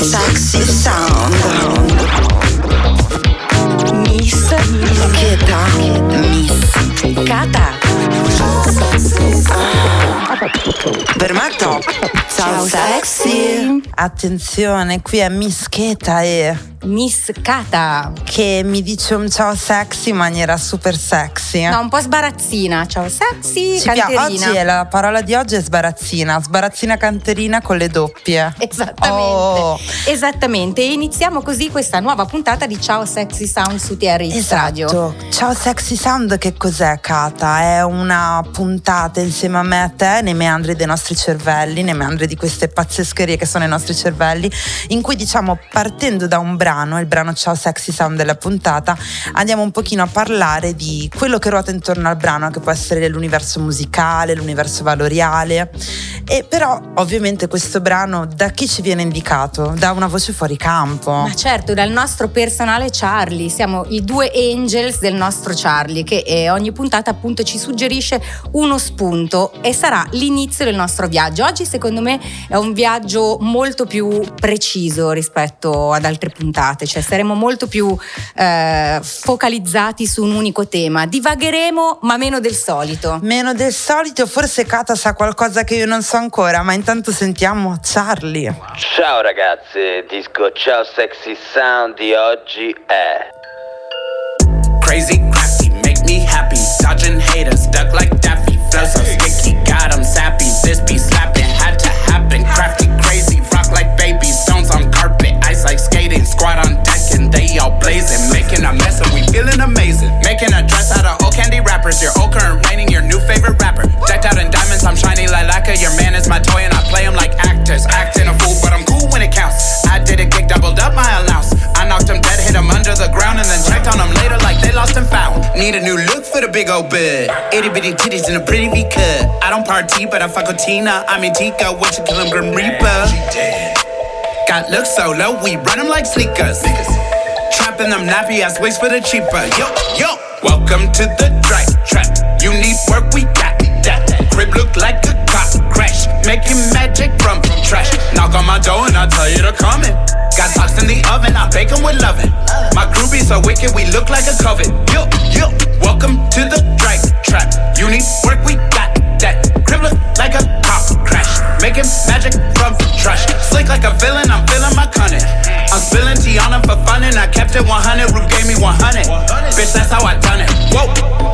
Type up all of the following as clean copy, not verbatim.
Sexy Sound. Miss Keta. Miss Kata. Per me è top. Ciao sexy. Attenzione, qui è Miss Keta e Miss Kata, che mi dice un ciao sexy in maniera super sexy. no, un po' sbarazzina. Ciao sexy, Ci piace. canterina. Oggi la parola di oggi è sbarazzina canterina con le doppie. Esattamente, esattamente. E iniziamo così questa nuova puntata di Ciao Sexy Sound su TRX Radio. Esatto. Ciao Sexy Sound, che cos'è, Kata? È una puntata insieme a me e a te nei meandri dei nostri cervelli, nei meandri di queste pazzescherie che sono i nostri cervelli, in cui, diciamo, partendo da un brano, il brano Ciao Sexy Sound della puntata, andiamo un pochino a parlare di quello che ruota intorno al brano, che può essere l'universo musicale, l'universo valoriale. E però ovviamente questo brano da chi ci viene indicato? Da una voce fuori campo. Ma certo, dal nostro personale Charlie. Siamo i due angels del nostro Charlie, che ogni puntata appunto ci suggerisce uno spunto e sarà l'inizio del nostro viaggio. Oggi secondo me è un viaggio molto più preciso rispetto ad altre puntate, cioè saremo molto più focalizzati su un unico tema. Divagheremo, ma meno del solito. Meno del solito, forse Kata sa qualcosa che io non so ancora, ma intanto sentiamo Charlie. Ciao ragazze, disco Ciao Sexy Sound di oggi è Crazy, crafty, make me happy. Dodging haters, duck like Daffy. Flow so sticky, God I'm sappy. This be slapping, had to happen. Crafty, crazy, rock like baby. Stones on carpet, ice like skating. Squad on deck and they all blazing. Making a mess and we feeling amazing. Making a dress out of old candy wrappers. Your old current reigning, your new favorite rapper. Decked out in diamonds, I'm shiny like lacquer. Your man is my toy and I play him like actors. Acting a fool, but I'm cool when it counts. I did a gig, doubled up my allowance. I knocked him dead, hit him under the ground, and then checked on him later like they lost and found. Need a new look for the big old bed. Itty bitty titties and a pretty V cut. I don't party, but I fuck with Tina. I mean Tika, what you kill him, Grim Reaper. Got looks so low, we run them like sneakers. Trapping them nappy ass wigs for the cheaper. Yo, yo, welcome to the dry trap. You need work, we got that. Crib look like a car crash. Making magic from trash. Knock on my door and I tell you to come in. Got socks in the oven, I bake them with lovin'. My groupie so wicked, we look like a coven. Yo, yo, welcome to the dry trap. You need work, we got that. Crib look like a car crash. Making magic from trash. Slick like a villain, I'm feeling my cunning. I'm spilling tea on him for fun and I kept it 100. Rue gave me 100. Bitch, that's how I done it. Whoa.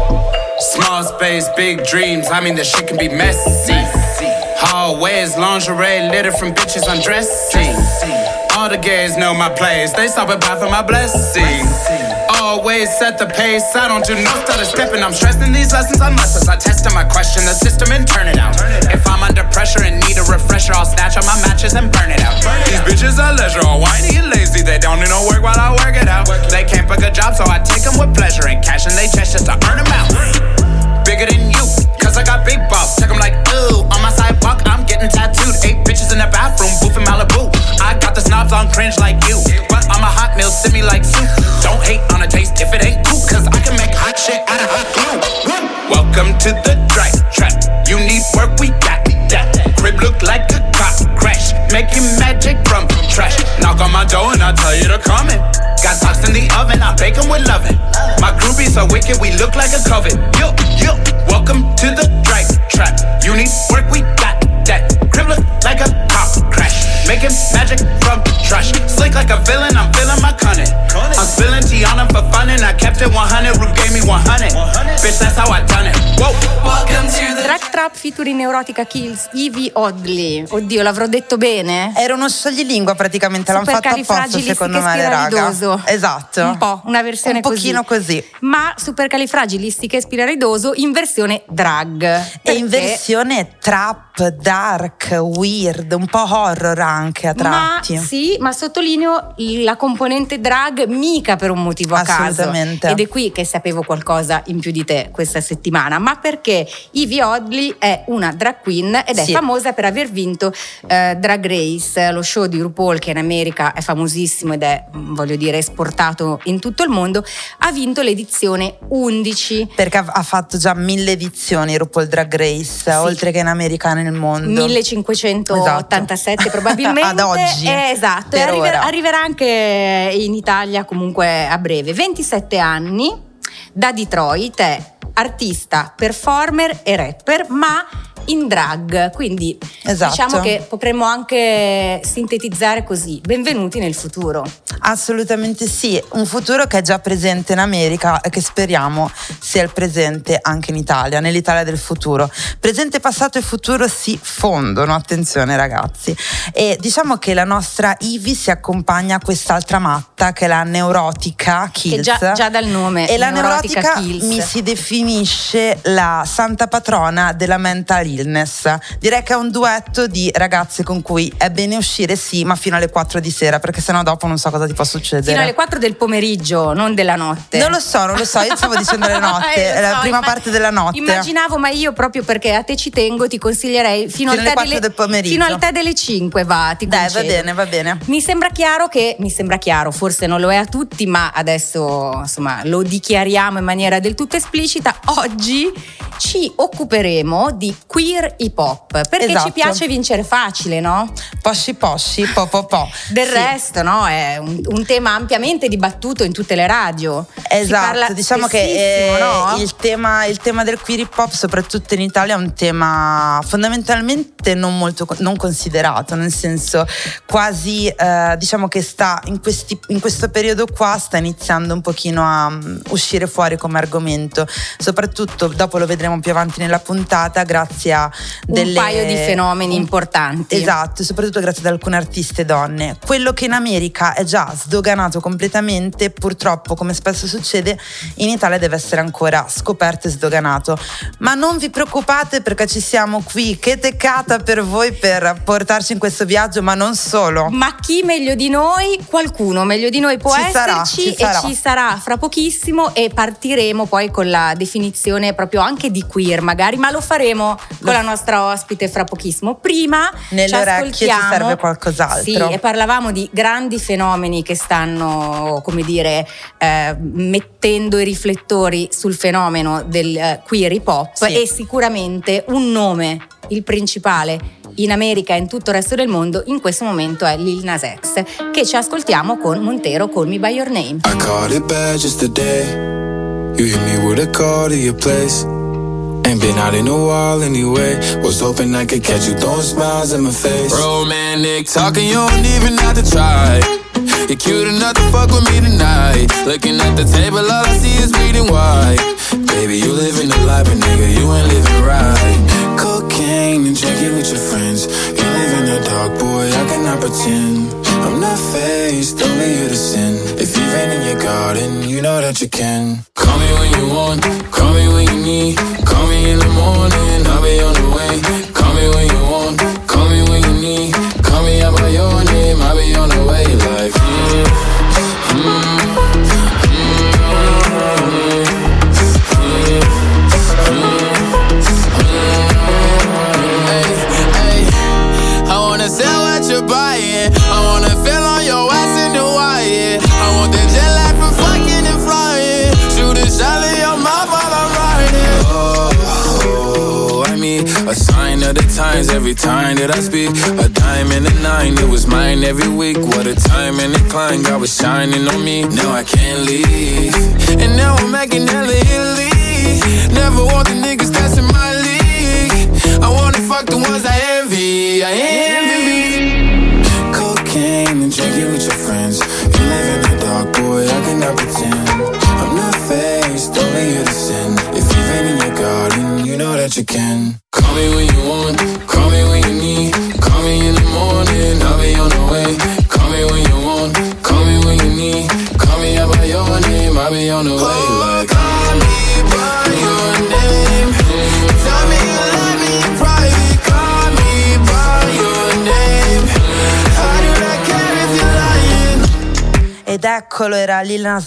Small space, big dreams. I mean, the shit can be messy. Hallways, lingerie, littered from bitches undressing. All the gays know my place. They stop it by for my blessing. Always set the pace. I don't do no stutter stepping. I'm stressing these lessons unless as I test them. I question the system and turn it out. If I'm under pressure and need a refresher, I'll snatch on my matches and burn it out. These bitches are leisure, all whiny and lazy. They don't need no work while I work it out. They can't pick a job, so I take them with pleasure and cash in they chest just to earn them out. Bigger than you, cause I got big balls. Check them like, ooh, on my sidewalk, I'm getting tattooed. 8 bitches in the bathroom, booth in Malibu. I got the snobs on cringe like you, but I'm a hot meal, send me like soup. Don't hate on a taste if it ain't cool, cause I can make hot shit out of hot glue. Welcome to the dry trap. You need work, we got that. Crib look like a car crash. Making magic from trash. Knock on my door and I tell you to come in. Got socks in the oven, I bake them with lovin'. My groupie so wicked, we look like a coven. Yo, yo, welcome to the dry trap. You need work, we got that. Crib look like a car crash. Making magic from trash. Slick like a villain, I'm feeling my cunning. I'm spilling tea on him for fun and I kept it 100. Rue gave me 100. Bitch, that's how I done it. Whoa. Welcome to the Track Trap featuring Neurotica Kills, Evie Oddly. Oddio, l'avrò detto bene? Era uno scioglilingua praticamente, l'hanno fatto apposta secondo me le raga. Esatto. Un po', una versione un pochino così. Ma supercalifragilistichespiralidoso in versione drag. E in versione trap, dark, weird, un po' horror anche a tratti. Ma sì, ma sottolineo la componente Conte Drag mica per un motivo a caso. Assolutamente. Ed è qui che sapevo qualcosa in più di te questa settimana, ma perché Yvie Oddly è una drag queen ed è famosa per aver vinto Drag Race, lo show di RuPaul, che in America è famosissimo ed è, voglio dire, esportato in tutto il mondo. Ha vinto l'edizione 11. Perché ha fatto già 1000 edizioni RuPaul Drag Race, oltre che in America e nel mondo. 1587 probabilmente. Ad oggi. Esatto, e arriverà anche in Italia comunque a breve. 27 anni, da Detroit, è artista, performer e rapper, ma in drag, quindi diciamo che potremmo anche sintetizzare così: benvenuti nel futuro. Assolutamente sì, un futuro che è già presente in America e che speriamo sia il presente anche in Italia, nell'Italia del futuro. Presente, passato e futuro si fondono, attenzione ragazzi. E diciamo che la nostra Yvie si accompagna a quest'altra matta che è la neurotica Kills. Che già dal nome, e la neurotica Kills mi si definisce la santa patrona della mental illness. Direi che è un duetto di ragazze con cui è bene uscire, sì, ma fino alle 4 di sera, perché sennò dopo non so cosa ti può succedere. Fino alle 4 del pomeriggio, non della notte. Non lo so, io stavo dicendo le notte, la prima parte della notte. Immaginavo, ma io proprio perché a te ci tengo ti consiglierei fino al tè 4 del pomeriggio. Fino al tè delle 5 ti concedo. Va bene. Mi sembra chiaro, forse non lo è a tutti, ma adesso insomma lo dichiariamo in maniera del tutto esplicita. Oggi ci occuperemo di queer hip hop, perché ci piace vincere facile, no? Posci, po. Del resto, no? È un tema ampiamente dibattuto in tutte le radio. Esatto, diciamo che no? il tema del queer hip hop, soprattutto in Italia, è un tema fondamentalmente non considerato, nel senso quasi diciamo che sta in questo periodo qua sta iniziando un pochino a uscire fuori come argomento, soprattutto dopo lo vedremo più avanti nella puntata, grazie a un paio di fenomeni importanti. Esatto, soprattutto grazie ad alcune artiste donne. Quello che in America è già sdoganato completamente, purtroppo, come spesso succede, in Italia deve essere ancora scoperto e sdoganato. Ma non vi preoccupate, perché ci siamo qui, che teccata per voi, per portarci in questo viaggio, ma non solo. Ma chi meglio di noi? Qualcuno meglio di noi può esserci, e ci sarà fra pochissimo, e partiremo poi con la definizione proprio anche di queer magari, ma lo faremo con la nostra ospite fra pochissimo. Prima nelle orecchie ci serve qualcos'altro. Sì, e parlavamo di grandi fenomeni che stanno, come dire, mettendo i riflettori sul fenomeno del queer hip hop, e sicuramente un nome, il principale in America e in tutto il resto del mondo in questo momento è Lil Nas X, che ci ascoltiamo con Montero, Call Me By Your Name. I caught it bad just today. You hit me with a call to your place. Ain't been out in a while anyway. Was hoping I could catch you throwing smiles in my face. Romantic talking, you don't even have to try. You're cute enough to fuck with me tonight. Looking at the table, all I see is bleeding white. Baby, you living the life, but nigga, you ain't living right. Cocaine and drinking with your friends. You live in the dark, boy, I cannot pretend. I'm not faced, only you to sin. If you've been in your garden, you know that you can. Call me when you want, call me when you need. Call me in the morning, I'll be on the way. Call me when you want, call me when you need. Call me out by your name, I'll be on the way. Like I wanna sell what you're buying. I wanna feel on your ass in the wire. I want that jet lag from fucking and flying. Shoot a shot in your mouth while I'm riding. Oh, I mean, a sign of the times every time that I speak. A dime and a nine, it was mine every week. What a time and a climb, God was shining on me. Now I can't leave, and now I'm making hella Italy. Never want the niggas that's in my league. I wanna fuck the ones I envy. I envy. Cocaine and drinking with your friends. You live in the dark, boy, I cannot pretend. I'm not faced, only you to sin. If you've been in your garden, you know that you can. Call me when you want, call me when you need. Call me in the morning, I'll be on the way. Call me when you want, call me when you need. Call me out by your name, I'll be on the way. Like, call me by your name. Tell me you love me in private. Call me by your name. I do not care if you're lying. E ed eccolo, era Lil Nas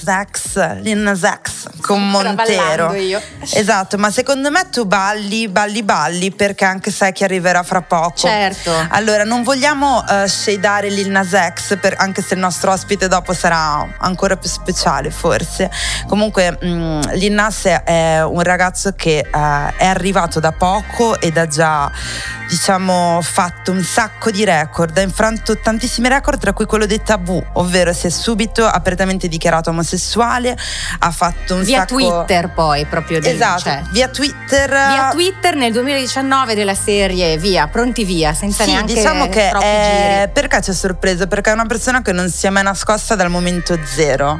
X con Montero. Io. Esatto, ma secondo me tu balli perché anche sai che arriverà fra poco. Certo. Allora, non vogliamo shadeare Lil Nas X, anche se il nostro ospite dopo sarà ancora più speciale forse. Comunque Lil Nas è un ragazzo che è arrivato da poco ed ha già, diciamo, fatto un sacco di record, ha infranto tantissimi record, tra cui quello dei tabù, ovvero si è subito apertamente dichiarato omosessuale, ha fatto un via sacco... Twitter poi proprio esatto, cioè, via Twitter nel 2019 della serie Via, pronti via, senza sì, neanche diciamo che troppi giri. perché ci ha sorpreso? Perché è una persona che non si è mai nascosta dal momento zero,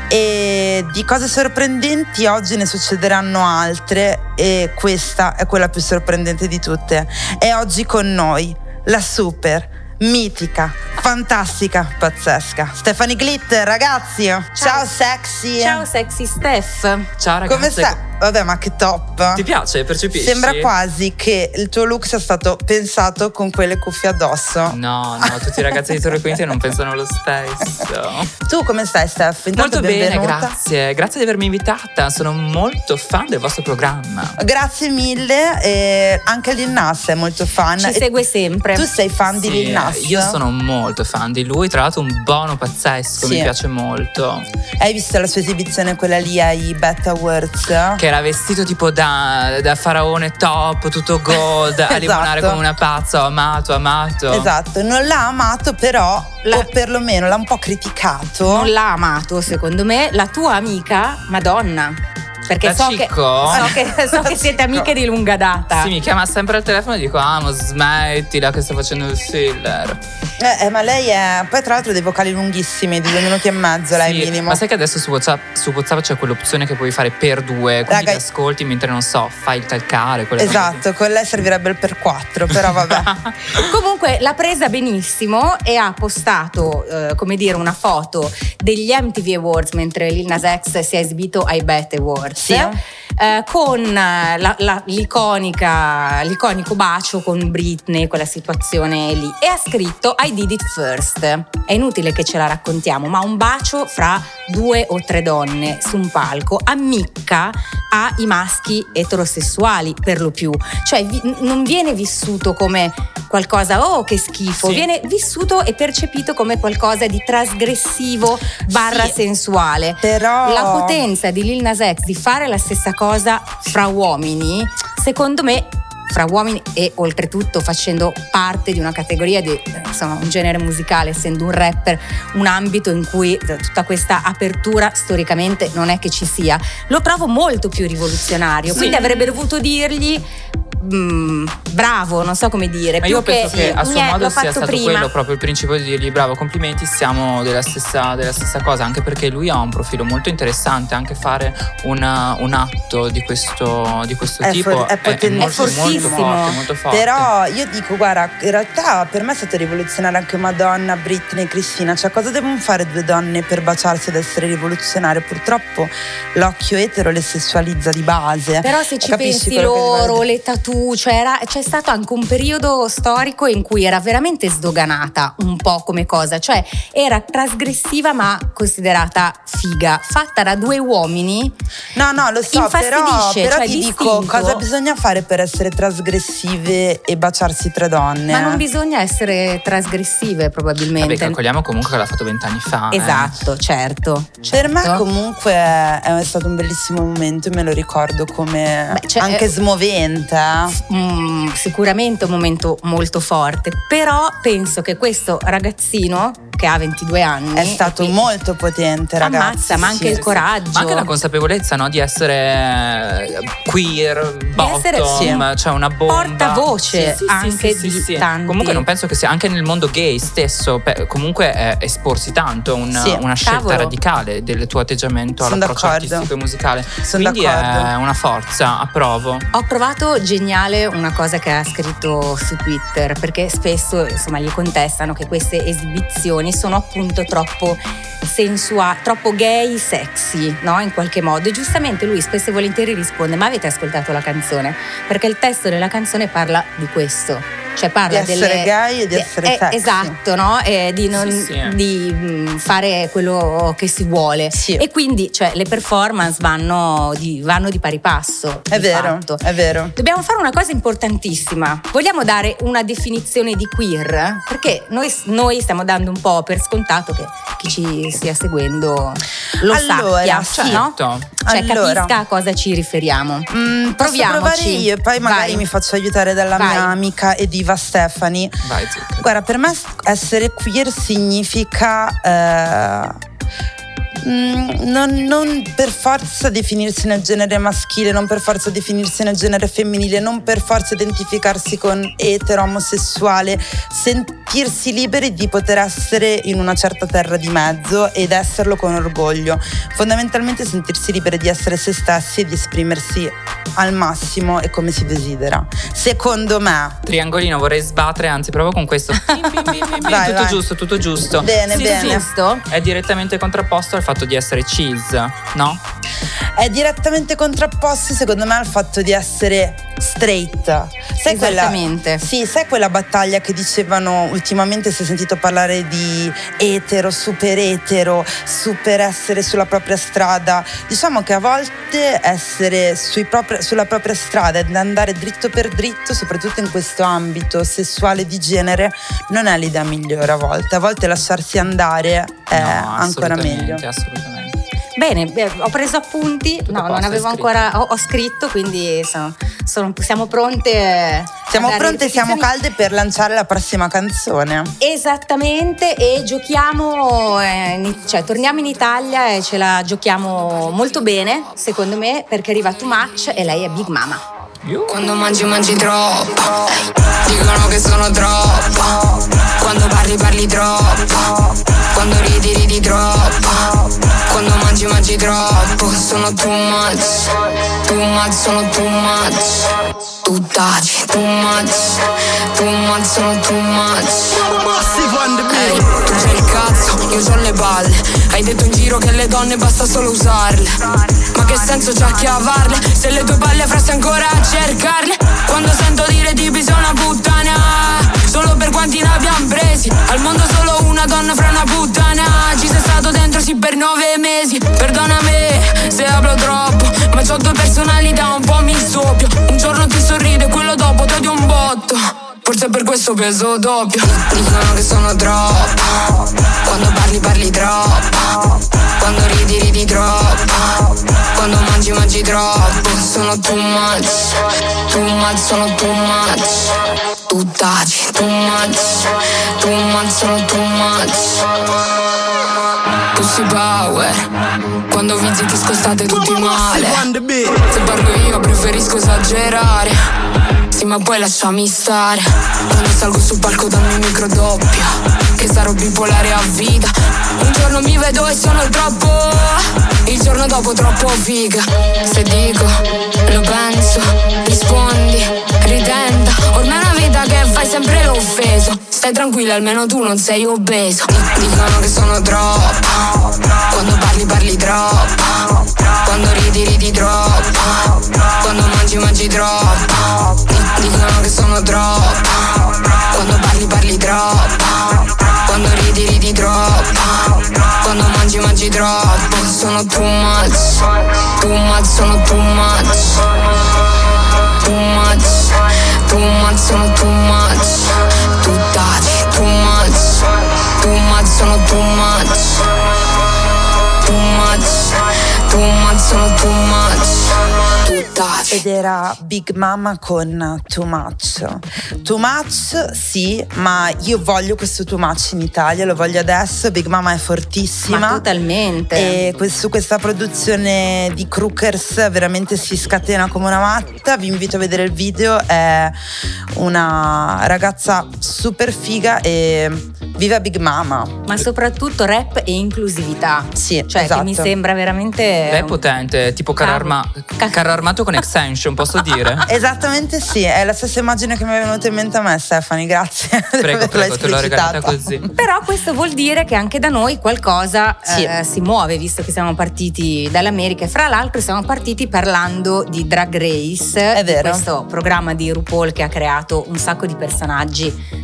e di cose sorprendenti oggi ne succederanno altre, e questa è quella più sorprendente di tutte. È oggi con noi la super mitica, fantastica, pazzesca Stephanie Glitter, ragazzi. Ciao sexy. Ciao sexy Steph. Ciao ragazzi. Come stai? Vabbè, ma che top. Ti piace? Percepisci? Sembra quasi che il tuo look sia stato pensato con quelle cuffie addosso. No, tutti i ragazzi di Torre Quinti non pensano lo stesso. Tu come stai, Steph? Intanto Molto bene, benvenuta. grazie di avermi invitata. Sono molto fan del vostro programma. Grazie mille, e anche Lil Nas è molto fan. Ci segue sempre. Tu sei fan di Lil Nas? Io sono molto fan di lui, tra l'altro un bono pazzesco, Sì. mi piace molto. Hai visto la sua esibizione, quella lì ai BET Awards? Che era vestito tipo da faraone top, tutto gold, a limonare come una pazza, ho amato. Esatto, non l'ha amato, però o perlomeno l'ha un po' criticato. Non l'ha amato, secondo me, la tua amica Madonna. Perché La so Cicco? so che siete amiche di lunga data. Sì, mi chiama sempre al telefono e dico ma smettila che sto facendo il filler. Ma lei è... Poi tra l'altro dei vocali lunghissimi, di 2 minuti e mezzo, lei Sì, minimo. ma sai che adesso su WhatsApp c'è quell'opzione che puoi fare per 2, quindi Raga, ti ascolti mentre non so, fai il calcare, quelle cose Esatto, con lei servirebbe il per 4, però vabbè. Comunque l'ha presa benissimo e ha postato, come dire, una foto degli MTV Awards mentre Lil Nas X si è esibito ai BET Awards. Sì. Con l'iconico bacio con Britney, quella situazione lì, e ha scritto I did it first. È inutile che ce la raccontiamo, ma un bacio fra 2 o 3 donne su un palco ammicca ai maschi eterosessuali per lo più, cioè non viene vissuto come qualcosa che schifo, Sì. viene vissuto e percepito come qualcosa di trasgressivo / Sì. sensuale. Però La potenza di Lil Nas X di fare la stessa cosa fra uomini, secondo me, fra uomini, e oltretutto facendo parte di una categoria di, insomma, un genere musicale, essendo un rapper, un ambito in cui tutta questa apertura storicamente non è che ci sia, lo trovo molto più rivoluzionario. Sì. Quindi avrebbe dovuto dirgli bravo, non so come dire. Ma più io penso che a suo l'ho modo sia fatto stato prima. quello proprio il principio di dirgli bravo, complimenti, siamo della stessa cosa, anche perché lui ha un profilo molto interessante, anche fare un atto di questo tipo è fortissimo. molto forte. Però io dico, guarda, in realtà per me è stato rivoluzionario anche Madonna, Britney, Cristina. Cioè, cosa devono fare 2 donne per baciarsi ed essere rivoluzionarie? Purtroppo l'occhio etero le sessualizza di base. Però se ci Capisci pensi quello che loro, voglio dire? le tattoo, cioè c'è stato anche un periodo storico in cui era veramente sdoganata un po' come cosa, cioè era trasgressiva ma considerata figa, fatta da 2 uomini. No, lo so, però Infastidisce, cioè ti dico, distinto. cosa bisogna fare per essere trasgressive e baciarsi 3 donne? Ma non bisogna essere trasgressive probabilmente. Vabbè, calcoliamo comunque che l'ha fatto 20 anni fa. Esatto, certo. Per me certo. comunque è stato un bellissimo momento, io me lo ricordo come anche smovente. Sicuramente un momento molto forte, però penso che questo ragazzino che ha 22 anni È stato molto potente, ragazzi. ammazza, ma anche il coraggio, Ma anche la consapevolezza, no, di essere queer, bottom, cioè una bomba. portavoce anche di tanti. Comunque non penso che sia, anche nel mondo gay stesso, comunque esporsi tanto una scelta Cavolo. radicale del tuo atteggiamento Sono all'approccio d'accordo. artistico e musicale. Sono Quindi d'accordo. è una forza, approvo. Ho trovato geniale una cosa che ha scritto su Twitter, perché spesso insomma gli contestano che queste esibizioni sono appunto troppo troppo gay, sexy, no? In qualche modo. E giustamente lui spesso e volentieri risponde: ma avete ascoltato la canzone? Perché il testo della canzone parla di questo. cioè parla di essere gay e di essere sexy. Esatto, no? Di fare quello che si vuole. Sì. E quindi cioè, le performance vanno di pari passo. È vero, fatto. è vero. Dobbiamo fare una cosa importantissima. Vogliamo dare una definizione di queer? Perché noi stiamo dando un po' per scontato che chi ci stia seguendo lo sappia, sì. no? Cioè capisca a cosa ci riferiamo. Posso provare io e poi magari mi faccio aiutare dalla mia amica e diva Stefani. Vai, Zucca. Guarda, per me essere queer significa non per forza definirsi nel genere maschile, non per forza definirsi nel genere femminile, non per forza identificarsi con etero, omosessuale, sentirsi liberi di poter essere in una certa terra di mezzo ed esserlo con orgoglio. Fondamentalmente sentirsi liberi di essere se stessi e di esprimersi al massimo e come si desidera. Secondo me. Triangolino, vorrei sbattere, anzi provo con questo. Vai. Tutto giusto. Bene, sì, bene. Giusto. È direttamente contrapposto al fatto di essere cis, no? È direttamente contrapposto secondo me al fatto di essere straight. Sai esattamente. Sai quella battaglia che dicevano ultimamente, si è sentito parlare di etero, super essere sulla propria strada. Diciamo che a volte essere sulla propria strada ed andare dritto per dritto, soprattutto in questo ambito sessuale di genere, non è l'idea migliore a volte possiarsi andare è ancora meglio. Assolutamente. Bene, ho preso appunti. No, non avevo ancora. Ho scritto, quindi siamo pronte. Siamo pronte, siamo calde per lanciare la prossima canzone. Esattamente, e giochiamo, cioè torniamo in Italia e ce la giochiamo molto bene, secondo me, perché arriva Too Much e lei è Big Mama. Quando mangi troppo, dicono che sono troppo. Quando parli troppo, quando ridi troppo. Quando mangi troppo, sono too much, sono too much. Tu taci, too much, sono too much. Ehi, tu c'hai il cazzo, io c'ho le palle. Hai detto in giro che le donne basta solo usarle. Ma che senso c'ha chiavarle se le tue palle farsi ancora a cercarle? Quando sento dire tipi sei una puttana, solo per quanti ne abbiamo presi. Al mondo solo una donna fra una puttana. Ci sei stato dentro sì per 9 mesi. Perdonami se apro troppo, ma c'ho due personalità, un po' mi soppio. Un giorno ti sorrido e quello dopo ti odio un botto. Forse per questo peso doppio. Dicono che sono troppo, quando parli troppo, quando ridi troppo, quando mangi troppo. Sono too much, sono too much. Tu taci, too much, sono too much. Pussy power, quando vinci ti scostate tutti male. Se parlo io preferisco esagerare. Sì, ma poi lasciami stare. Quando salgo sul palco dammi il micro doppio, che sarò bipolare a vita. Un giorno mi vedo e sono troppo, il giorno dopo troppo figa. Se dico, lo penso, rispondi, ritenta. Ormai è una vita che fai sempre l'offeso. Stai tranquilla, almeno tu non sei obeso. Dicono che sono troppo, quando parli troppo, quando ridi troppo, quando mangi troppo. Dicono che sono troppo, quando parli troppo, quando ridi troppo, quando mangi troppo. Sono too much, sono too much. Too much, sono too much. Tu taci, too much, sono too much. Too much, sono too much. Tu taci. Ed era Big Mama con Too Much. Too Much, sì, ma io voglio questo Too Much in Italia, lo voglio adesso. Big Mama è fortissima. Ma totalmente. E su questa produzione di Crookers veramente si scatena come una matta. Vi invito a vedere il video, è una ragazza super figa e Viva Big Mama. Ma soprattutto rap e inclusività. Sì, cioè esatto. che mi sembra veramente È potente, tipo carro armato con extension, posso dire? Esattamente sì, è la stessa immagine che mi è venuta in mente a me, Stefani, grazie. Prego, te l'ho regalata così. Però questo vuol dire che anche da noi qualcosa si muove, visto che siamo partiti dall'America, e fra l'altro siamo partiti parlando di Drag Race, è vero, questo programma di RuPaul che ha creato un sacco di personaggi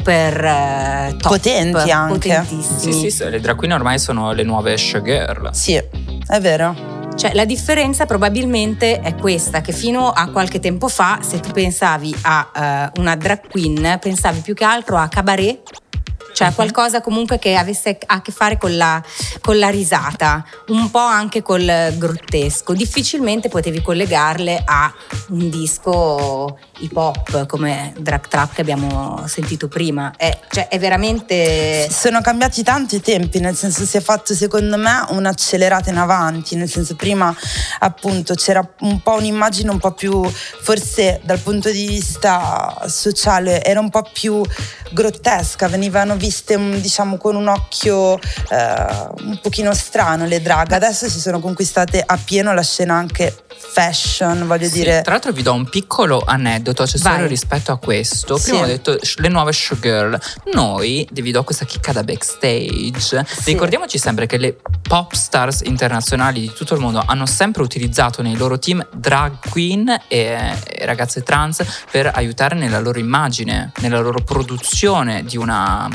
super top, potenti anche. Potentissimi. Sì, le drag queen ormai sono le nuove showgirl. Sì, è vero. Cioè la differenza probabilmente è questa, che fino a qualche tempo fa, se tu pensavi a una drag queen, pensavi più che altro a cabaret, cioè qualcosa comunque che avesse a che fare con la risata, un po' anche col grottesco. Difficilmente potevi collegarle a un disco hip hop come Drag Trap che abbiamo sentito prima. Cioè è veramente... Sono cambiati tanto i tempi, nel senso si è fatto secondo me un'accelerata in avanti, nel senso prima appunto c'era un po' un'immagine un po' più, forse dal punto di vista sociale era un po' più grottesca, venivano viste diciamo con un occhio un pochino strano le drag. Adesso si sono conquistate appieno la scena anche fashion, voglio dire. Tra l'altro vi do un piccolo aneddoto accessorio rispetto a questo. Prima ho detto le nuove showgirl. Noi, vi do questa chicca da backstage, ricordiamoci sempre che le pop stars internazionali di tutto il mondo hanno sempre utilizzato nei loro team drag queen e ragazze trans per aiutare nella loro immagine, nella loro produzione di una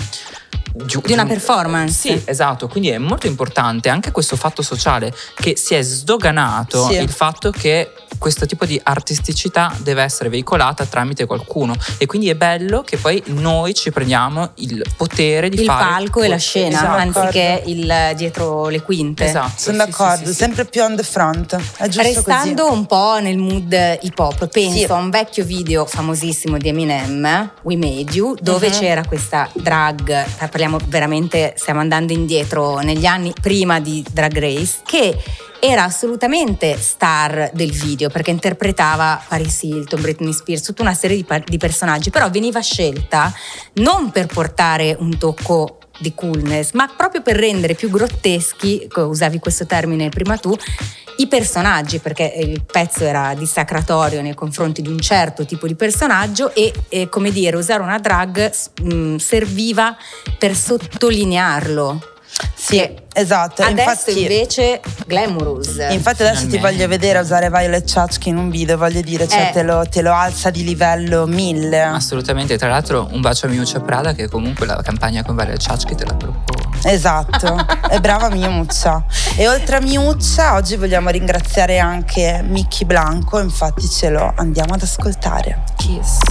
performance. Sì, esatto, quindi è molto importante anche questo fatto sociale, che si è sdoganato il fatto che questo tipo di artisticità deve essere veicolata tramite qualcuno, e quindi è bello che poi noi ci prendiamo il potere di fare il palco e la scena, anziché il dietro le quinte. Esatto, sono d'accordo, sempre più on the front, è giusto. Restando così un po' nel mood hip hop, penso a un vecchio video famosissimo di Eminem, We Made You, dove c'era questa drag, parliamo veramente, stiamo andando indietro negli anni prima di Drag Race, che era assolutamente star del video perché interpretava Paris Hilton, Britney Spears, tutta una serie di personaggi, però veniva scelta non per portare un tocco di coolness, ma proprio per rendere più grotteschi, usavi questo termine prima tu, i personaggi, perché il pezzo era dissacratorio nei confronti di un certo tipo di personaggio e come dire, usare una drag serviva per sottolinearlo. Sì, esatto. Adesso invece glamorous. Infatti adesso ti voglio vedere usare Violet Chachki in un video, voglio dire, cioè te lo alza di livello 1000. Assolutamente, tra l'altro un bacio a Miuccia Prada, che comunque la campagna con Violet Chachki te la propone. Esatto, è brava Miuccia. E oltre a Miuccia oggi vogliamo ringraziare anche Mickey Blanco, infatti ce lo andiamo ad ascoltare. Kiss.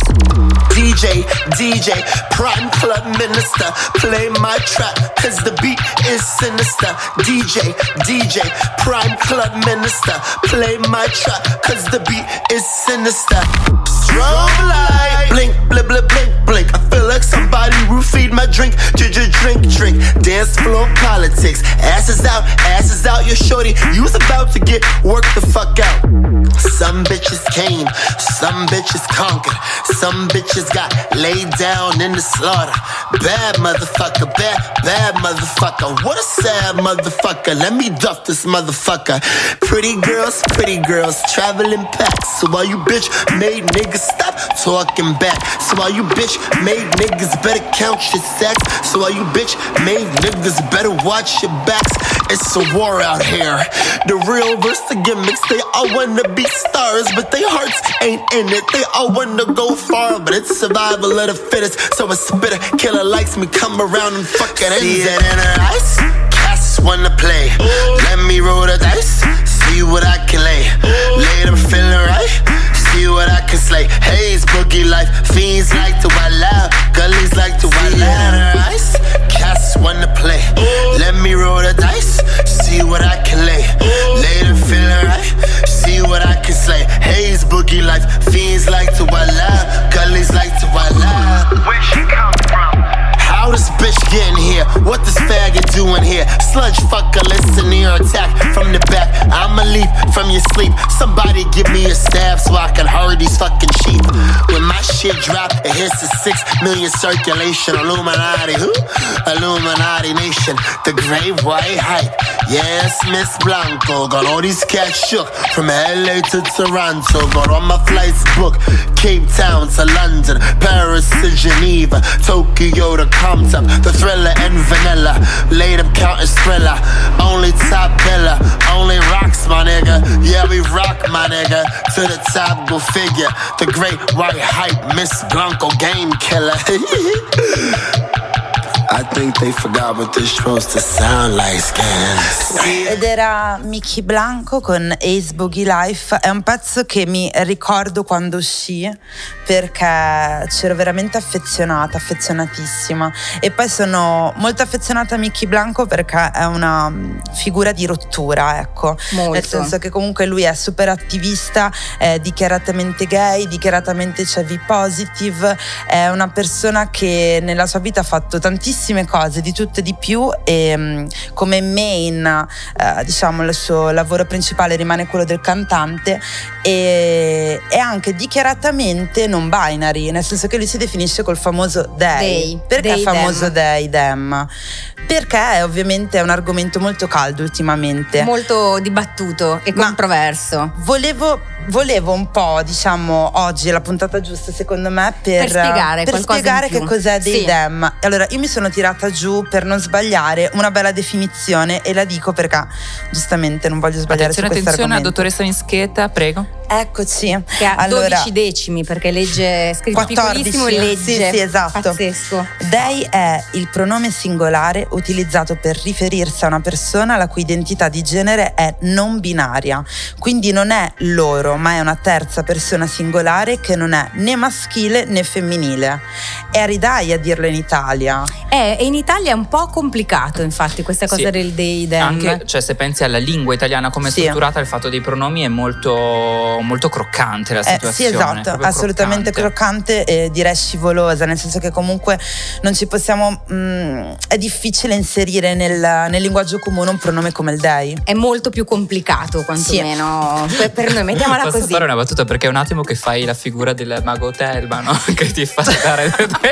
DJ, Prime Club Minister, play my track, cause the beat is sinister. DJ, Prime Club Minister, play my track, cause the beat is sinister. Strobe light, blink, blip, blip, blink, blink. I feel like somebody roofied my drink, drink. Dance floor politics, asses out, your shorty, you's about to get worked the fuck out. Some bitches came, some bitches conquered, some bitches got laid down in the slaughter. Bad motherfucker, bad motherfucker. What a sad motherfucker. Let me duff this motherfucker. Pretty girls, traveling packs. So while you bitch made niggas stop talking back. So while you bitch made niggas better count your sacks. So while you bitch made niggas better watch your backs. It's a war out here. The real versus the gimmicks. They all wanna be stars, but their hearts ain't in it. They all wanna go far, but it's survival of the fittest. So a spitter killer likes me, come around and fuck it. See it in her eyes, cats wanna play. Let me roll the dice, see what I can lay. Later feeling right, see what I can slay. Haze, boogie life, fiends like to wild out, gullies like to wild out. In her eyes, cats wanna play. Let me roll the dice, see what I can lay. Later feeling right, see what I can slay. Haze, boogie life, fiends like to wild out, gullies like to wild out. Where she come from? How this bitch getting here? What this faggot doing doing here? Sludge fucker, listen to your attack from the back. I'ma leap from your sleep. Somebody give me a stab so I can hurry these fucking sheep. When my shit drop, it hits the 6 million circulation. Illuminati, who? Illuminati nation. The great white hype. Yes, Miss Blanco. Got all these cats shook. From LA to Toronto. Got all my flights booked. Cape Town to London. Paris to Geneva. Tokyo to Compton. The Thriller and Vanilla. Laid up counting Thriller. Only top pillar. Only rocks, my nigga. Yeah, we rock, my nigga. To the top, go figure. The great white hype. Miss Blanco game killer. I think they forgot what this supposed to sound like, Scans. Ed era Mickey Blanco con Ace Boogie Life. È un pezzo che mi ricordo quando uscì, perché c'ero veramente affezionatissima. E poi sono molto affezionata a Mickey Blanco perché è una figura di rottura, ecco. Molto. Nel senso che comunque lui è super attivista, è dichiaratamente gay, dichiaratamente HIV positive, è una persona che nella sua vita ha fatto tantissime cose, di tutto e di più, e come main diciamo il suo lavoro principale rimane quello del cantante, e è anche dichiaratamente non binary, nel senso che lui si definisce col famoso they. Perché They, è famoso them. them? Perché ovviamente è un argomento molto caldo ultimamente, molto dibattuto e controverso. Volevo un po', diciamo, oggi è la puntata giusta secondo me per spiegare che cos'è dei dem. Allora io mi sono tirata giù per non sbagliare una bella definizione, e la dico perché giustamente non voglio sbagliare su questo attenzione, argomento. dottoressa Mischeta, prego. Eccoci. Che ha allora, 12 decimi, perché legge scritto 14, piccolissimo e legge. Sì, esatto. Pazzesco. They è il pronome singolare utilizzato per riferirsi a una persona la cui identità di genere è non binaria, quindi non è loro, ma è una terza persona singolare che non è né maschile né femminile. È ridai a dirlo in Italia. E inItalia è un po' complicato, infatti, questa cosa Sì. del they, them. Anche, cioè, se pensi alla lingua italiana come è Sì. strutturata, il fatto dei pronomi è molto croccante la situazione. Sì, esatto, proprio assolutamente croccante e direi scivolosa, nel senso che comunque non ci possiamo è difficile inserire nel linguaggio comune un pronome come il they. È molto più complicato, quantomeno per noi, mettiamola Posso così. fare una battuta, perché è un attimo che fai la figura del mago Telma, no? Che ti fa dare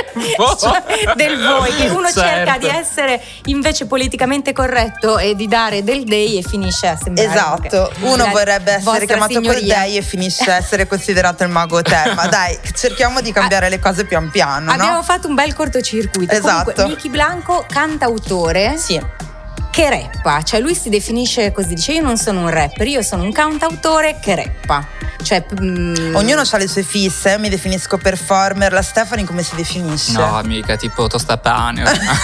del voi, che uno Certo. cerca di essere invece politicamente corretto e di dare del they, e finisce a sembrare Esatto, uno la vorrebbe essere vostra chiamato col signoria. day e finisce a essere considerato il mago Telma. Dai, cerchiamo di cambiare le cose pian piano, Abbiamo no? fatto un bel cortocircuito. Esatto. Comunque, Mickey Blanco, cantautore. Sì. Che rappa, cioè lui si definisce così, dice: io non sono un rapper, io sono un cantautore che rappa. Cioè ognuno ha le sue fisse, io mi definisco performer. La Stefani come si definisce? No, mica tipo tostapane.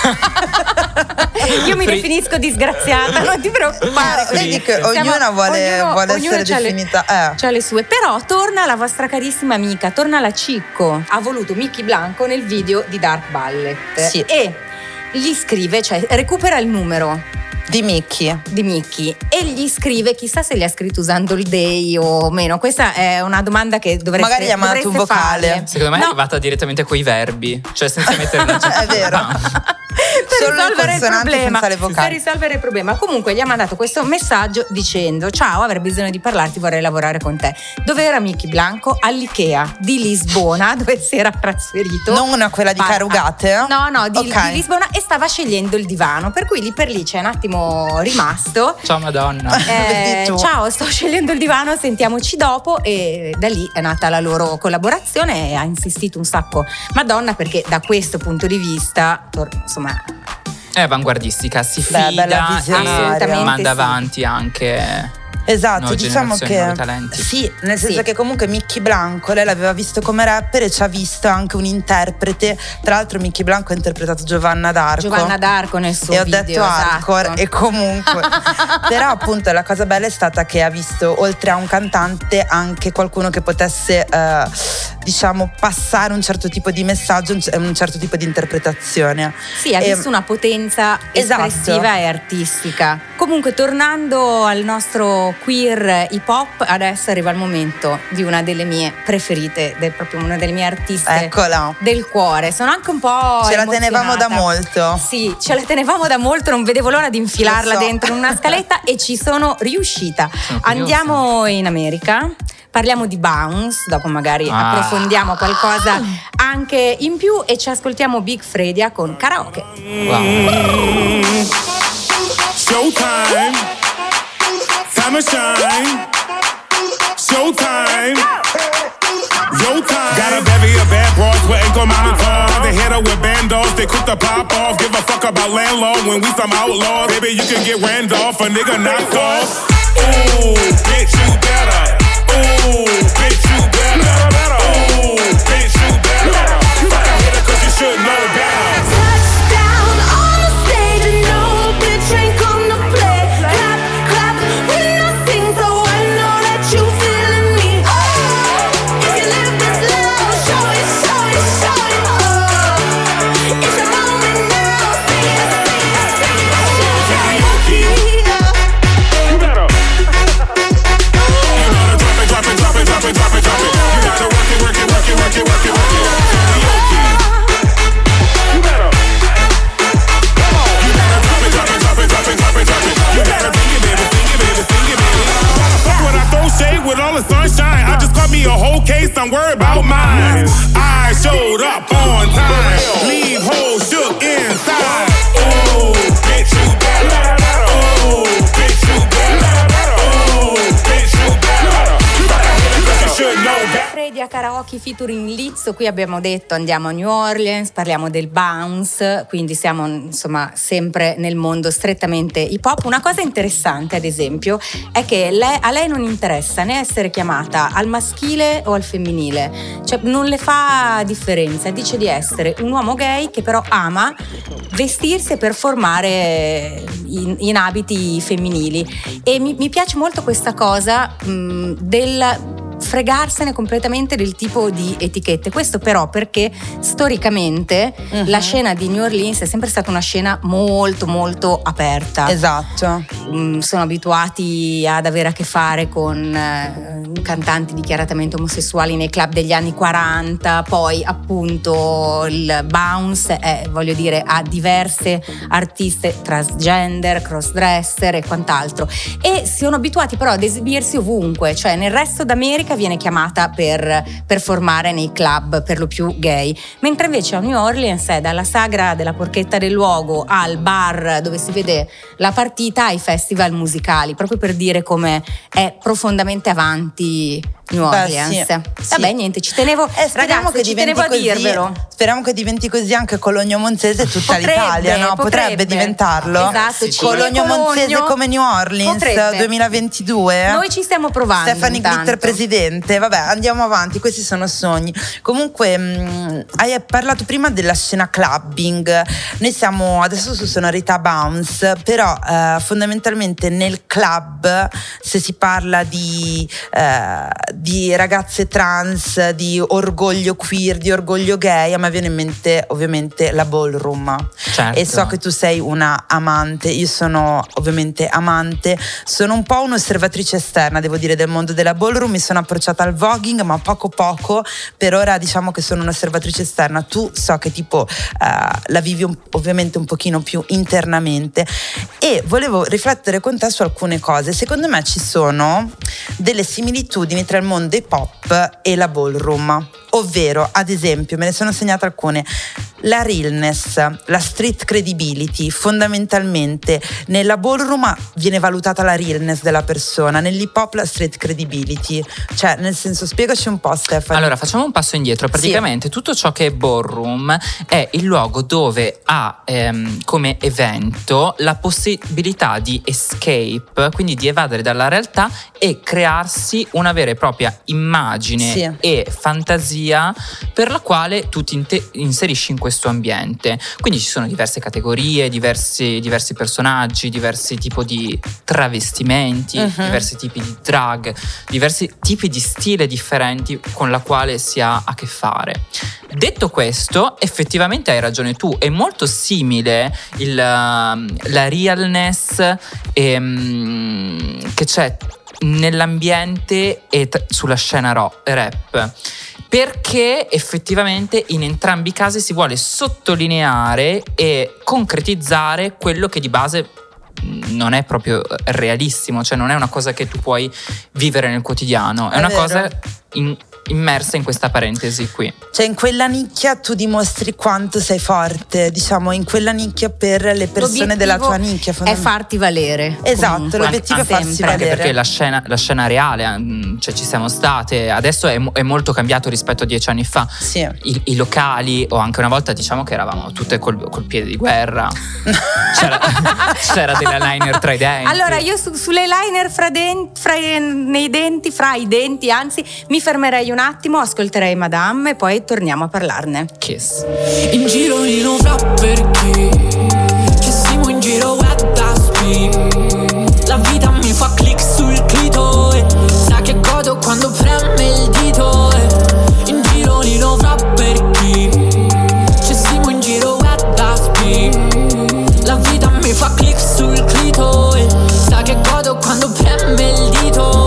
io mi definisco disgraziata, non ti preoccupare. Vedi che ognuna vuole essere definita. C'ha le sue. Però torna la vostra carissima amica, torna la Cicco. Ha voluto Mickey Blanco nel video di Dark Ballet. Sì. E gli scrive, cioè recupera il numero di Mickey e gli scrive, chissà se gli ha scritto usando il they o meno. Questa è una domanda che dovreste magari gli ha mandato un vocale farle. Secondo me è arrivata direttamente coi verbi, cioè senza mettere una è vero. per Solo le risolvere il consonanti problema, senza le vocali. per risolvere il problema. Comunque gli ha mandato questo messaggio dicendo: ciao, avrei bisogno di parlarti, vorrei lavorare con te. Dove era Mickey Blanco? All'Ikea di Lisbona, dove si era trasferito. Non una quella di Carugate? No, di Ok. Lisbona, e stava scegliendo il divano, per cui lì per lì c'è un attimo rimasto. Ciao Madonna. Vedi tu. Ciao, sto scegliendo il divano, sentiamoci dopo. E da lì è nata la loro collaborazione, e ha insistito un sacco Madonna, perché da questo punto di vista insomma È avanguardistica, si Beh, fida bella e visionaria. manda Sì. avanti anche Esatto, nuove diciamo generazioni, che nuovi talenti. sì, nel senso Sì. che comunque Mickey Blanco lei l'aveva visto come rapper e ci ha visto anche un interprete. Tra l'altro Mickey Blanco ha interpretato Giovanna d'Arco nel suo e ho video, detto hardcore, esatto. e comunque però appunto la cosa bella è stata che ha visto oltre a un cantante anche qualcuno che potesse diciamo passare un certo tipo di messaggio, un certo tipo di interpretazione. Sì, ha visto una potenza espressiva e artistica. Comunque, tornando al nostro queer hip hop, adesso arriva il momento di una delle mie preferite, proprio una delle mie artiste del cuore. Sono anche un po' ce la tenevamo da molto. Sì, ce la tenevamo da molto, non vedevo l'ora di infilarla dentro in una scaletta e ci sono riuscita. Andiamo in America. Parliamo di Bounce, dopo magari approfondiamo qualcosa anche in più e ci ascoltiamo Big Fredia con Karaoke. Showtime, time to shine. Showtime, yo time. Got a bevy of bad boys with ankle mounted cars. They hit her with bandos, they quick to pop off. Give a fuck about landlord when we some outlaws. Baby, you can get Randolph, a nigga knocked off. Ooh, bitch, you better. Ooh, bitch, you better. Ooh, bitch, you better. Fuck a hitter 'cause you should know better. Touchdown on the stage and no bitch ain't come to play. Clap, clap when I sing, so I know that you feeling me. Oh, if you live this love, show it, show it, show it. Oh, it's your moment now. Sing it, sing it, sing it. Karaoke. You better. Drop it, drop it, drop it, drop it, drop it. You gotta work it, work it, work it, work it, work it, work it. Karaoke. You better. Come on. You gotta drop it, drop it, drop it, drop it, drop it, drop it. You gotta sing it, baby, sing it, baby, sing it, baby. Why the fuck would I throw shade with all the sunshine? I just got me a whole case, I'm worried about mine. I showed up on time. Leave whole shook inside. Ooh, bitch, you better. Ooh, bitch, you better. Ooh, bitch, you better. Fredia Karaoke featuring Lizzo. Qui abbiamo detto andiamo a New Orleans, parliamo del bounce, quindi siamo insomma sempre nel mondo strettamente hip hop. Una cosa interessante ad esempio è che a lei non interessa né essere chiamata al maschile o al femminile, cioè non le fa differenza, dice di essere un uomo gay che però ama vestirsi e performare in abiti femminili e mi piace molto questa cosa del fregarsene completamente del tipo di etichette. Questo però perché storicamente la scena di New Orleans è sempre stata una scena molto molto aperta. Esatto. Sono abituati ad avere a che fare con cantanti dichiaratamente omosessuali nei club degli anni 40, poi appunto il bounce voglio dire ha diverse artiste transgender, crossdresser e quant'altro e sono abituati però ad esibirsi ovunque, cioè nel resto d'America viene chiamata per performare nei club per lo più gay, mentre invece a New Orleans è dalla sagra della porchetta del luogo al bar dove si vede la partita ai festival musicali, proprio per dire come è profondamente avanti New Orleans. Sì. Vabbè, niente, ci tenevo, ragazzi, ci tenevo a dirvelo. Speriamo che diventi così anche Cologno Monzese e tutta l'Italia, no? Potrebbe diventarlo. Esatto, Cologno Monzese come New Orleans 2022. Noi ci stiamo provando. Stephanie Glitter presidente. Vabbè, andiamo avanti, questi sono sogni. Comunque hai parlato prima della scena clubbing. Noi siamo adesso su sonorità bounce, però fondamentalmente nel club, se si parla di ragazze trans, di orgoglio queer, di orgoglio gay, a me viene in mente ovviamente la ballroom. Certo. E so che tu sei una amante, io sono ovviamente amante, sono un po' un'osservatrice esterna, devo dire, del mondo della ballroom. Mi sono approcciata al voguing, ma poco, per ora diciamo che sono un'osservatrice esterna. Tu so che tipo la vivi ovviamente un pochino più internamente e volevo riflettere con te su alcune cose. Secondo me ci sono delle similitudini tra il mondo hip hop e la ballroom, ovvero ad esempio me ne sono segnate alcune. La realness, la street credibility, fondamentalmente nella ballroom viene valutata la realness della persona, nell'hip hop la street credibility, cioè nel senso, spiegaci un po' Stefano. Allora facciamo un passo indietro, praticamente tutto ciò che è ballroom è il luogo dove ha come evento la possibilità di escape, quindi di evadere dalla realtà e crearsi una vera e propria immagine e fantasia categoria per la quale tu ti inserisci in questo ambiente. Quindi ci sono diverse categorie, diversi personaggi, diversi tipi di travestimenti, diversi tipi di drag, diversi tipi di stile differenti con la quale si ha a che fare. Detto questo, effettivamente hai ragione tu, è molto simile la realness che c'è nell'ambiente e sulla scena rap, perché effettivamente in entrambi i casi si vuole sottolineare e concretizzare quello che di base non è proprio realissimo, cioè non è una cosa che tu puoi vivere nel quotidiano, è una vero. Cosa immersa in questa parentesi qui. Cioè in quella nicchia tu dimostri quanto sei forte, diciamo, in quella nicchia per le persone della tua nicchia. È farti valere. Esatto, comunque. L'obiettivo è farsi valere. Anche perché la scena reale, cioè ci siamo state, adesso è molto cambiato rispetto a 10 anni fa. Sì. I locali, o anche una volta diciamo che eravamo tutte col piede di guerra. C'era dell'eyeliner tra i denti. Allora io sull'eyeliner fra i denti, anzi, mi fermerei un attimo, ascolterei Madame e poi torniamo a parlarne. Kiss. In giro non fra perché ci siamo in giro at the speed. La vita mi fa click sul clito sa che godo quando preme il dito In giro non fra perché ci siamo in giro at the speed. La vita mi fa click sul clito sa che godo quando preme il dito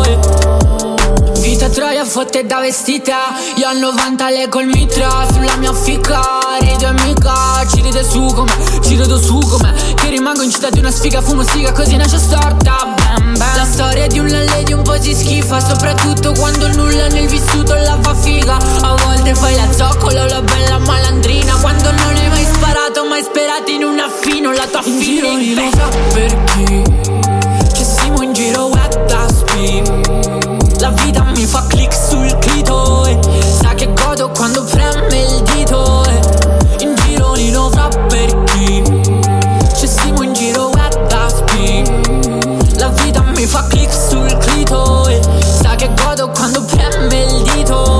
Vita troia fotte da vestita. Io al 90 leggo il mitra sulla mia fica. Ride amica, ci ride su come che rimango in città di una sfiga. Fumo siga così nasce storta. Bam bam. La storia di una lady un po' si schifa, soprattutto quando nulla nel vissuto la fa figa. A volte fai la zoccola o la bella malandrina, quando non hai mai sparato, mai sperato in un affino. La tua fine in non sa perché ci siamo in giro at the speed. La vita mi fa click sul clito sa che godo quando preme il dito In giro non fra perché ci siamo in giro at the speed. La vita mi fa click sul clito sa che godo quando preme il dito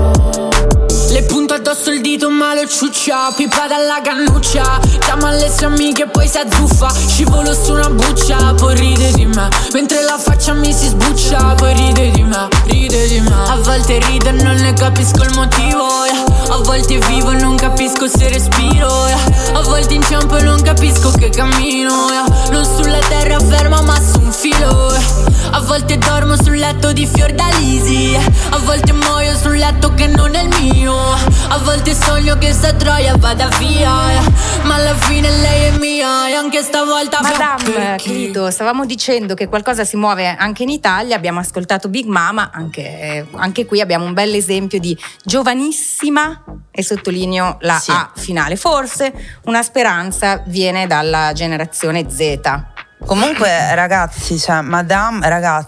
Le punto addosso il dito ma lo ciuccia. Pipa dalla cannuccia, chiama le sue amiche poi si azzuffa. Scivolo su una buccia, poi ride di me mentre la faccia mi si sbuccia. Poi ride di me. A volte rido e non ne capisco il motivo A volte vivo e non capisco se respiro A volte inciampo e non capisco che cammino Non sulla terra ferma ma su un filo A volte dormo sul letto di Fiordalisi A volte muoio sul letto che non è il mio A volte sogno che sta troia vada via ma alla fine lei è mia e anche stavolta Madame Clito, stavamo dicendo che qualcosa si muove anche in Italia. Abbiamo ascoltato Big Mama, anche qui abbiamo un bel esempio di giovanissima, e sottolineo la A finale. Forse una speranza viene dalla generazione Z. Comunque ragazzi, cioè Madame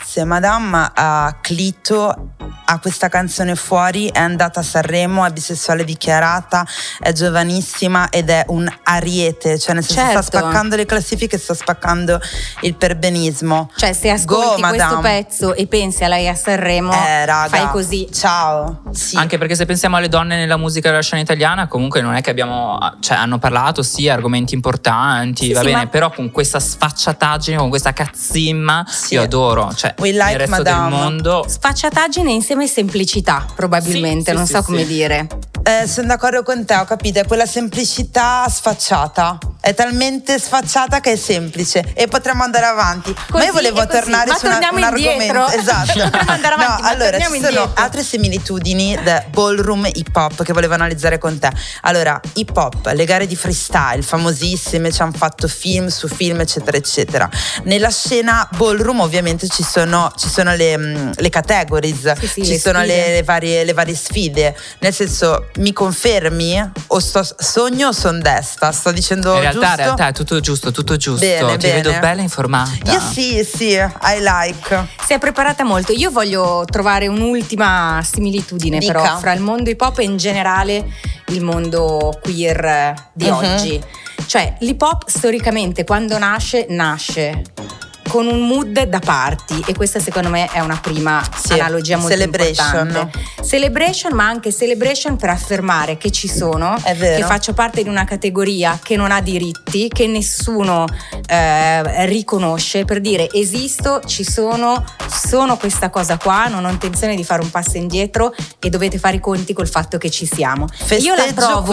Clito ha questa canzone fuori, è andata a Sanremo, è bisessuale dichiarata, è giovanissima ed è un ariete, cioè nel senso sta spaccando le classifiche, sta spaccando il perbenismo. Cioè se ascolti questo pezzo e pensi a lei a Sanremo, raga, fai così. Ciao. Sì. Anche perché se pensiamo alle donne nella musica della scena italiana, comunque non è che hanno parlato argomenti importanti, va bene, però con questa sfacciataggine, con questa cazzimma, io adoro, cioè We like nel resto Madame. del mondo. Sfacciataggine insieme a semplicità, probabilmente, non so come dire. Sono d'accordo con te, ho capito, è quella semplicità sfacciata. È talmente sfacciata che è semplice e potremmo andare avanti. Ma io volevo tornare su un argomento. Esatto. Potremmo andare avanti, allora ci sono altre similitudini del ballroom hip hop che volevo analizzare con te. Allora, hip hop, le gare di freestyle famosissime, ci hanno fatto film su film, eccetera eccetera. Nella scena ballroom ovviamente ci sono le categories, ci sono le varie sfide. Nel senso, mi confermi o sogno o son desta? Sto dicendo in realtà è tutto giusto. Bene, Ti vedo bella informata. Io sì, I like. Si è preparata molto. Io voglio trovare un'ultima similitudine però fra il mondo hip hop e in generale il mondo queer di oggi. Cioè l'hip hop storicamente quando nasce con un mood da party, e questa secondo me è una prima analogia molto importante. Celebration, ma anche celebration per affermare che ci sono, che faccio parte di una categoria che non ha diritti, che nessuno riconosce, per dire esisto, ci sono questa cosa qua, non ho intenzione di fare un passo indietro e dovete fare i conti col fatto che ci siamo. Festeggio, io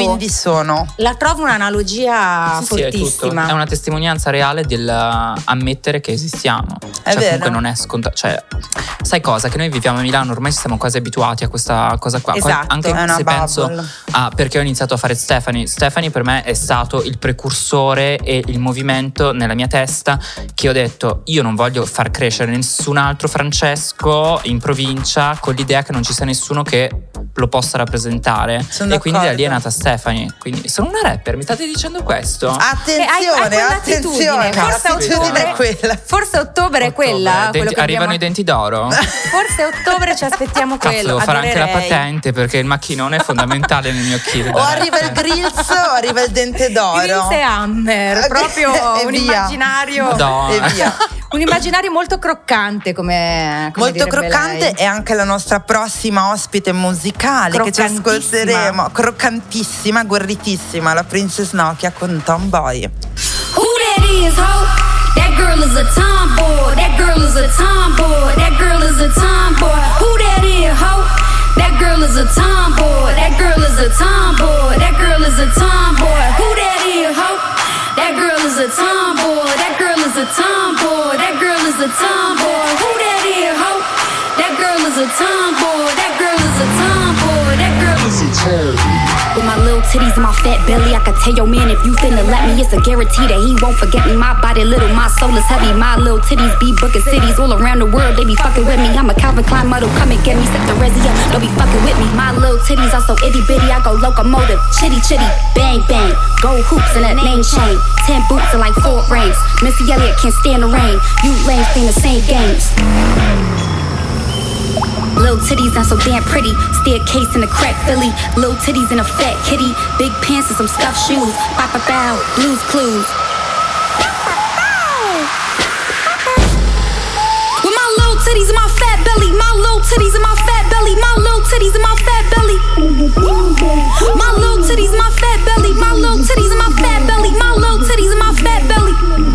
la trovo un'analogia fortissima. È una testimonianza reale dell'ammettere che esistiamo. Comunque non è scontato. Sai cosa? Che noi viviamo a Milano, ormai ci siamo quasi abituati a questa cosa qua. Esatto. Anche se penso perché ho iniziato a fare Stefani per me è stato il precursore e il movimento nella mia testa, che ho detto io non voglio far crescere nessun altro Francesco in provincia con l'idea che non ci sia nessuno che lo possa rappresentare. E quindi da lì è nata Stefani. Quindi sono una rapper, mi state dicendo questo? Attenzione, forse ottobre è quella. Arrivano i denti d'oro. Forse ottobre ci aspettiamo quello. Devo fare anche la patente, perché il macchinone è fondamentale nel mio kit. O arriva il grills o arriva il dente d'oro. Grills e Hammer, proprio un immaginario. E via. Un immaginario molto croccante, come molto croccante lei. È anche la nostra prossima ospite musicale che ci ascolteremo. Croccantissima, guerritissima, la Princess Nokia con Tomboy. Who that is, ho? That girl is a tomboy. That girl is a tomboy. That girl is a tomboy. Who that is, ho? That girl is a tomboy. That girl is a tomboy. That girl is a tomboy. Who that is, ho? That girl is a tomboy. That girl is a tomboy. That girl is a tomboy. Who that is, ho? That girl is a tomboy. That girl is a tomboy. That girl is a tomboy. With my little titties and my fat belly, I could tell your man if you finna let me, it's a guarantee that he won't forget me. My body little, my soul is heavy. My little titties be booking cities all around the world. They be fucking with me. I'm a Calvin Klein model, come and get me. Sip the resi up, don't be fucking with me. My little titties are so itty bitty, I go locomotive. Chitty chitty, bang bang, gold hoops in that name chain. 10 boots and like 4 rings. Missy Elliott can't stand the rain. You lames playing the same games. Little titties not so damn pretty. Staircase in a crack Philly. Little titties in a fat kitty. Big pants and some scuffed shoes. Pop a bow, Blues Clues. With my little titties and my fat belly. My little titties and my fat belly. My little titties and my fat belly. My little titties and my fat belly. My little titties and my fat belly. My little titties and my fat belly.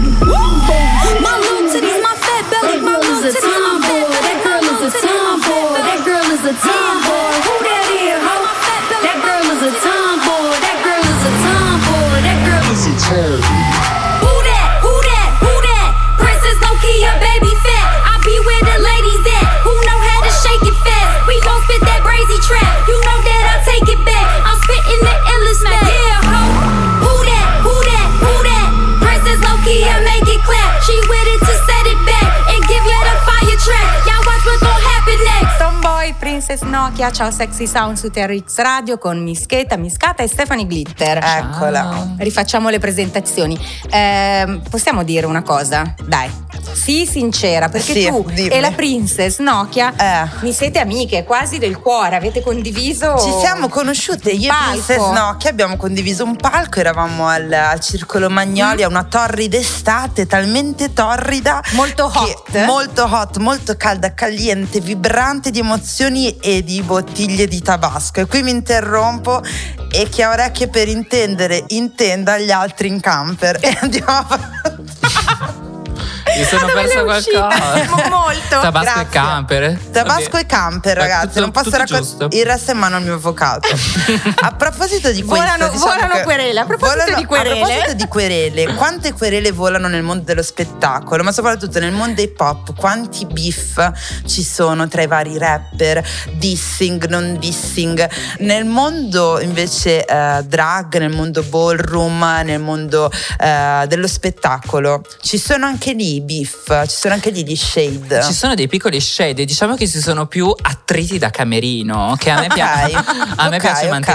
My little titties and my fat belly. My little titties and my fat belly. That girl is a tomboy. That girl is a tomboy. Who that is, ho? That girl is a tomboy. That girl is a tomboy. That girl is a tomboy. Who that? Who that? Who that? Princess Nokia, baby fat. I be where the ladies at. Who know how to shake it fast? We gon' spit that brazy trap. You know that I take it back. I'm spitting the illest smack. Yeah, ho. Who that? Who that? Who that? Princess Nokia, make it clap. She with it to set it back and give you the fire track. Y'all watch what's gon' happen next. Tomboy, Princess Nokia, ciao Sexy Sound su TRX Radio con Miscata e Stefani Glitter. Eccola. Rifacciamo le presentazioni. Possiamo dire una cosa? Dai. Sii sincera, perché sì, tu dimmi. e la Princess Nokia mi siete amiche, quasi del cuore, avete condiviso. Ci siamo conosciute, io e Princess Nokia abbiamo condiviso un palco, eravamo al Circolo Magnoli a una torrida estate, talmente torrida, molto hot, molto calda, caliente, vibrante di emozioni e di bottiglie di tabasco. E qui mi interrompo e chi ha orecchie per intendere intenda gli altri in camper e andiamo a fare. Mi sono perso qualcosa. Molto. Tabasco e camper. Tabasco e camper, ragazzi. Non posso raccontare. Il resto è in mano al mio avvocato. A proposito di questo, volano querele. A proposito di querele, quante querele volano nel mondo dello spettacolo, ma soprattutto nel mondo hip hop? Quanti beef ci sono tra i vari rapper? Dissing, non dissing. Nel mondo invece drag, nel mondo ballroom, nel mondo dello spettacolo, ci sono anche lì beef, ci sono anche lì gli shade. Ci sono dei piccoli shade, diciamo che ci sono più attriti da camerino, che a me piace mantenere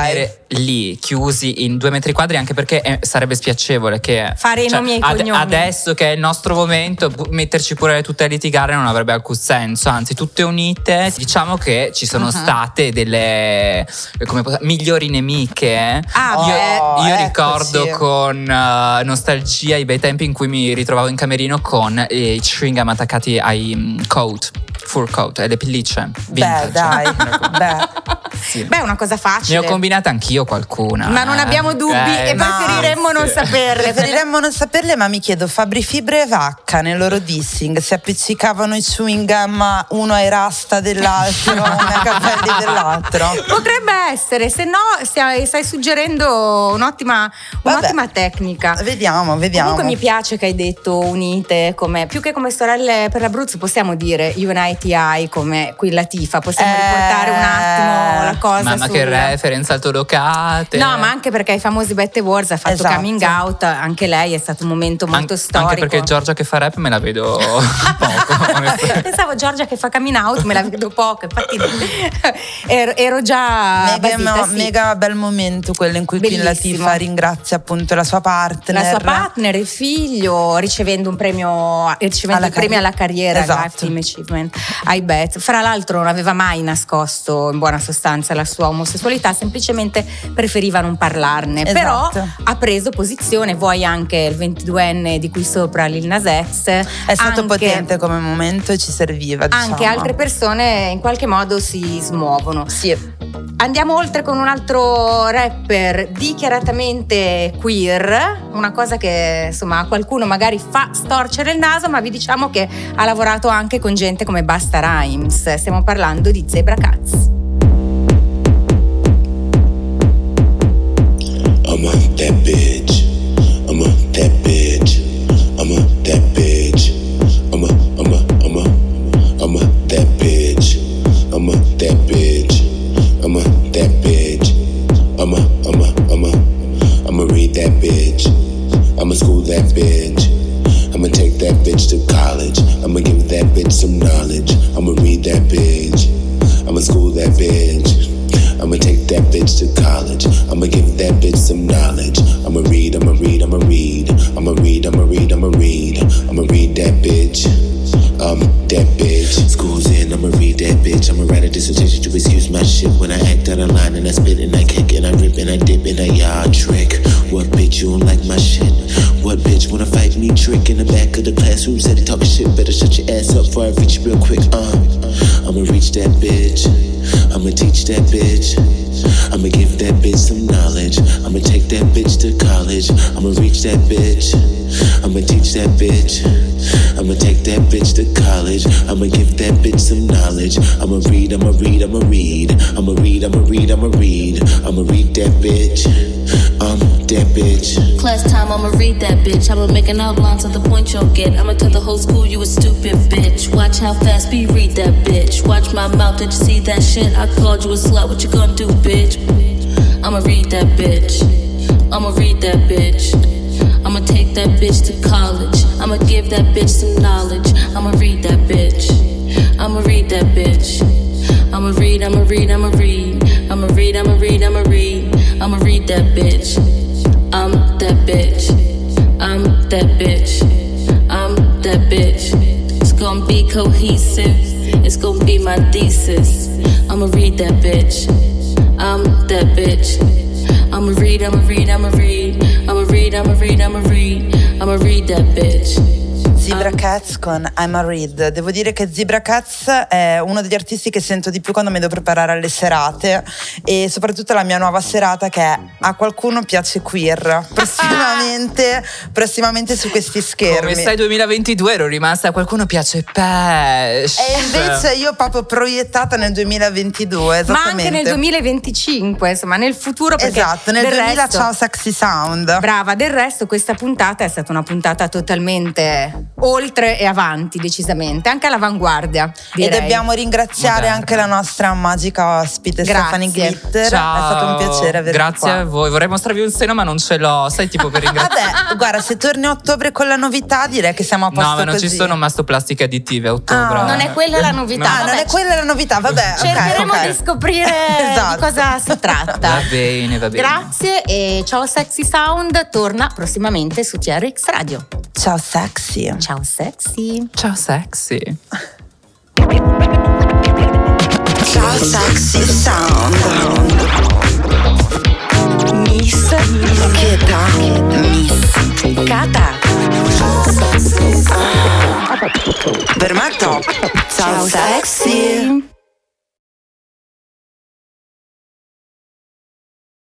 lì chiusi in 2 metri quadri, anche perché sarebbe spiacevole che fare i nomi e i cognomi. Adesso che è il nostro momento, metterci pure tutte a litigare non avrebbe alcun senso, anzi tutte unite. Diciamo che ci sono state delle migliori nemiche. Io ricordo con nostalgia i bei tempi in cui mi ritrovavo in camerino con i chewing gum attaccati ai coat, fur coat e le pellicce vintage. Beh, dai. Sì. Beh, è una cosa facile. Ne ho combinata anch'io qualcuna. Ma non abbiamo dubbi e preferiremmo non saperle. Preferiremmo non saperle, ma mi chiedo, Fabri Fibra e Vacca nel loro dissing si appiccicavano i chewing gum uno ai rasta dell'altro, uno ai capelli dell'altro? Potrebbe essere, se no stai suggerendo un'ottima tecnica. Vediamo. Comunque mi piace che hai detto unite, più che come sorelle per l'Abruzzo, possiamo dire UNITI come qui Latifa, possiamo riportare un attimo la cosa. Ma che reference altolocate. No, ma anche perché ai famosi Bette Awards ha fatto coming out, anche lei è stato un momento molto storico. Anche perché Giorgia che fa rap me la vedo poco. Pensavo Giorgia che fa coming out me la vedo poco, infatti ero già mega bel momento quello in cui Queen Latifah ringrazia appunto la sua partner, il figlio, ricevendo il premio alla carriera, Lifetime Achievement ai Bet. Fra l'altro non aveva mai nascosto in buona sostanza la sua omosessualità, semplicemente preferiva non parlarne. Però ha preso posizione, vuoi anche il 22enne di qui sopra Lil Nas X, è stato potente come momento e ci serviva, diciamo. Anche altre persone in qualche modo si smuovono. Andiamo oltre con un altro rapper dichiaratamente queer, una cosa che insomma a qualcuno magari fa storcere il naso, ma vi diciamo che ha lavorato anche con gente come Busta Rhymes. Stiamo parlando di Zebra Cats. I'm a that bitch. I'm a that bitch. I'm a that bitch. I'm a that bitch. I'm a that bitch. I'm a that bitch. I'ma read that bitch. I'ma school that bitch. I'ma take that bitch to college. I'ma give that bitch some knowledge. I'ma read that bitch. I'ma school that bitch. I'ma take that bitch to college. I'ma give that bitch some knowledge. I'ma read that bitch. That bitch. School's in, I'ma read that bitch. I'ma write a dissertation to excuse my shit when I act out of line and I spit and I kick and I rip and I dip and I yard trick. What bitch you don't like my shit? What bitch wanna fight me? Trick in the back of the classroom, said talking shit. Better shut your ass up before I reach real quick. I'ma reach that bitch. I'ma teach that bitch. I'ma give that bitch some knowledge. I'ma take that bitch to college. I'ma reach that bitch. I'ma teach that bitch. I'ma take that bitch to college. I'ma give that bitch some knowledge. I'ma read that bitch. That bitch. Class time, I'ma read that bitch. I'ma make an outline to the point you'll get. I'ma tell the whole school you a stupid bitch. Watch how fast we read that bitch. Watch my mouth, did you see that shit? I called you a slut, what you gonna do, bitch? I'ma read that bitch. I'ma read that bitch. I'ma take that bitch to college. I'ma give that bitch some knowledge. I'ma read that bitch. I'ma read that bitch. I'ma read that bitch. I'm that bitch. I'm that bitch. I'm that bitch. It's gonna be cohesive. It's gonna be my thesis. I'ma read that bitch. I'm that bitch. I'ma read that bitch. Zebra Cats con I'm a Read. Devo dire che Zebra Cats è uno degli artisti che sento di più quando mi devo preparare alle serate, e soprattutto la mia nuova serata che è A qualcuno piace queer. Prossimamente su questi schermi. Come sai, 2022 ero rimasta A qualcuno piace pesce. E invece io proprio proiettata nel 2022, esattamente. Ma anche nel 2025, insomma, nel futuro. Esatto, nel 2000 ciao Sexy Sound. Brava, del resto questa puntata è stata una puntata totalmente oltre e avanti decisamente, anche all'avanguardia, direi. E dobbiamo ringraziare anche la nostra magica ospite Stephanie Glitter. Ciao. È stato un piacere averti Grazie qua. a voi. Vorrei mostrarvi un seno ma non ce l'ho, sai, tipo per ringraziare. Vabbè, guarda, se torni a ottobre con la novità direi che siamo a posto No, ma non così. ci sono mastoplastiche additive a ottobre. Non è quella la novità. Non è quella la novità, vabbè. Cercheremo ok. di scoprire Esatto. di cosa si tratta. Va bene, va bene. Grazie e Ciao Sexy Sound torna prossimamente su TRX Radio. Ciao sexy. Ciao sexy. Ciao sexy. Ciao Sexy Sound. Miss Cheta. Miss Cata. Per me top. Ciao Sexy.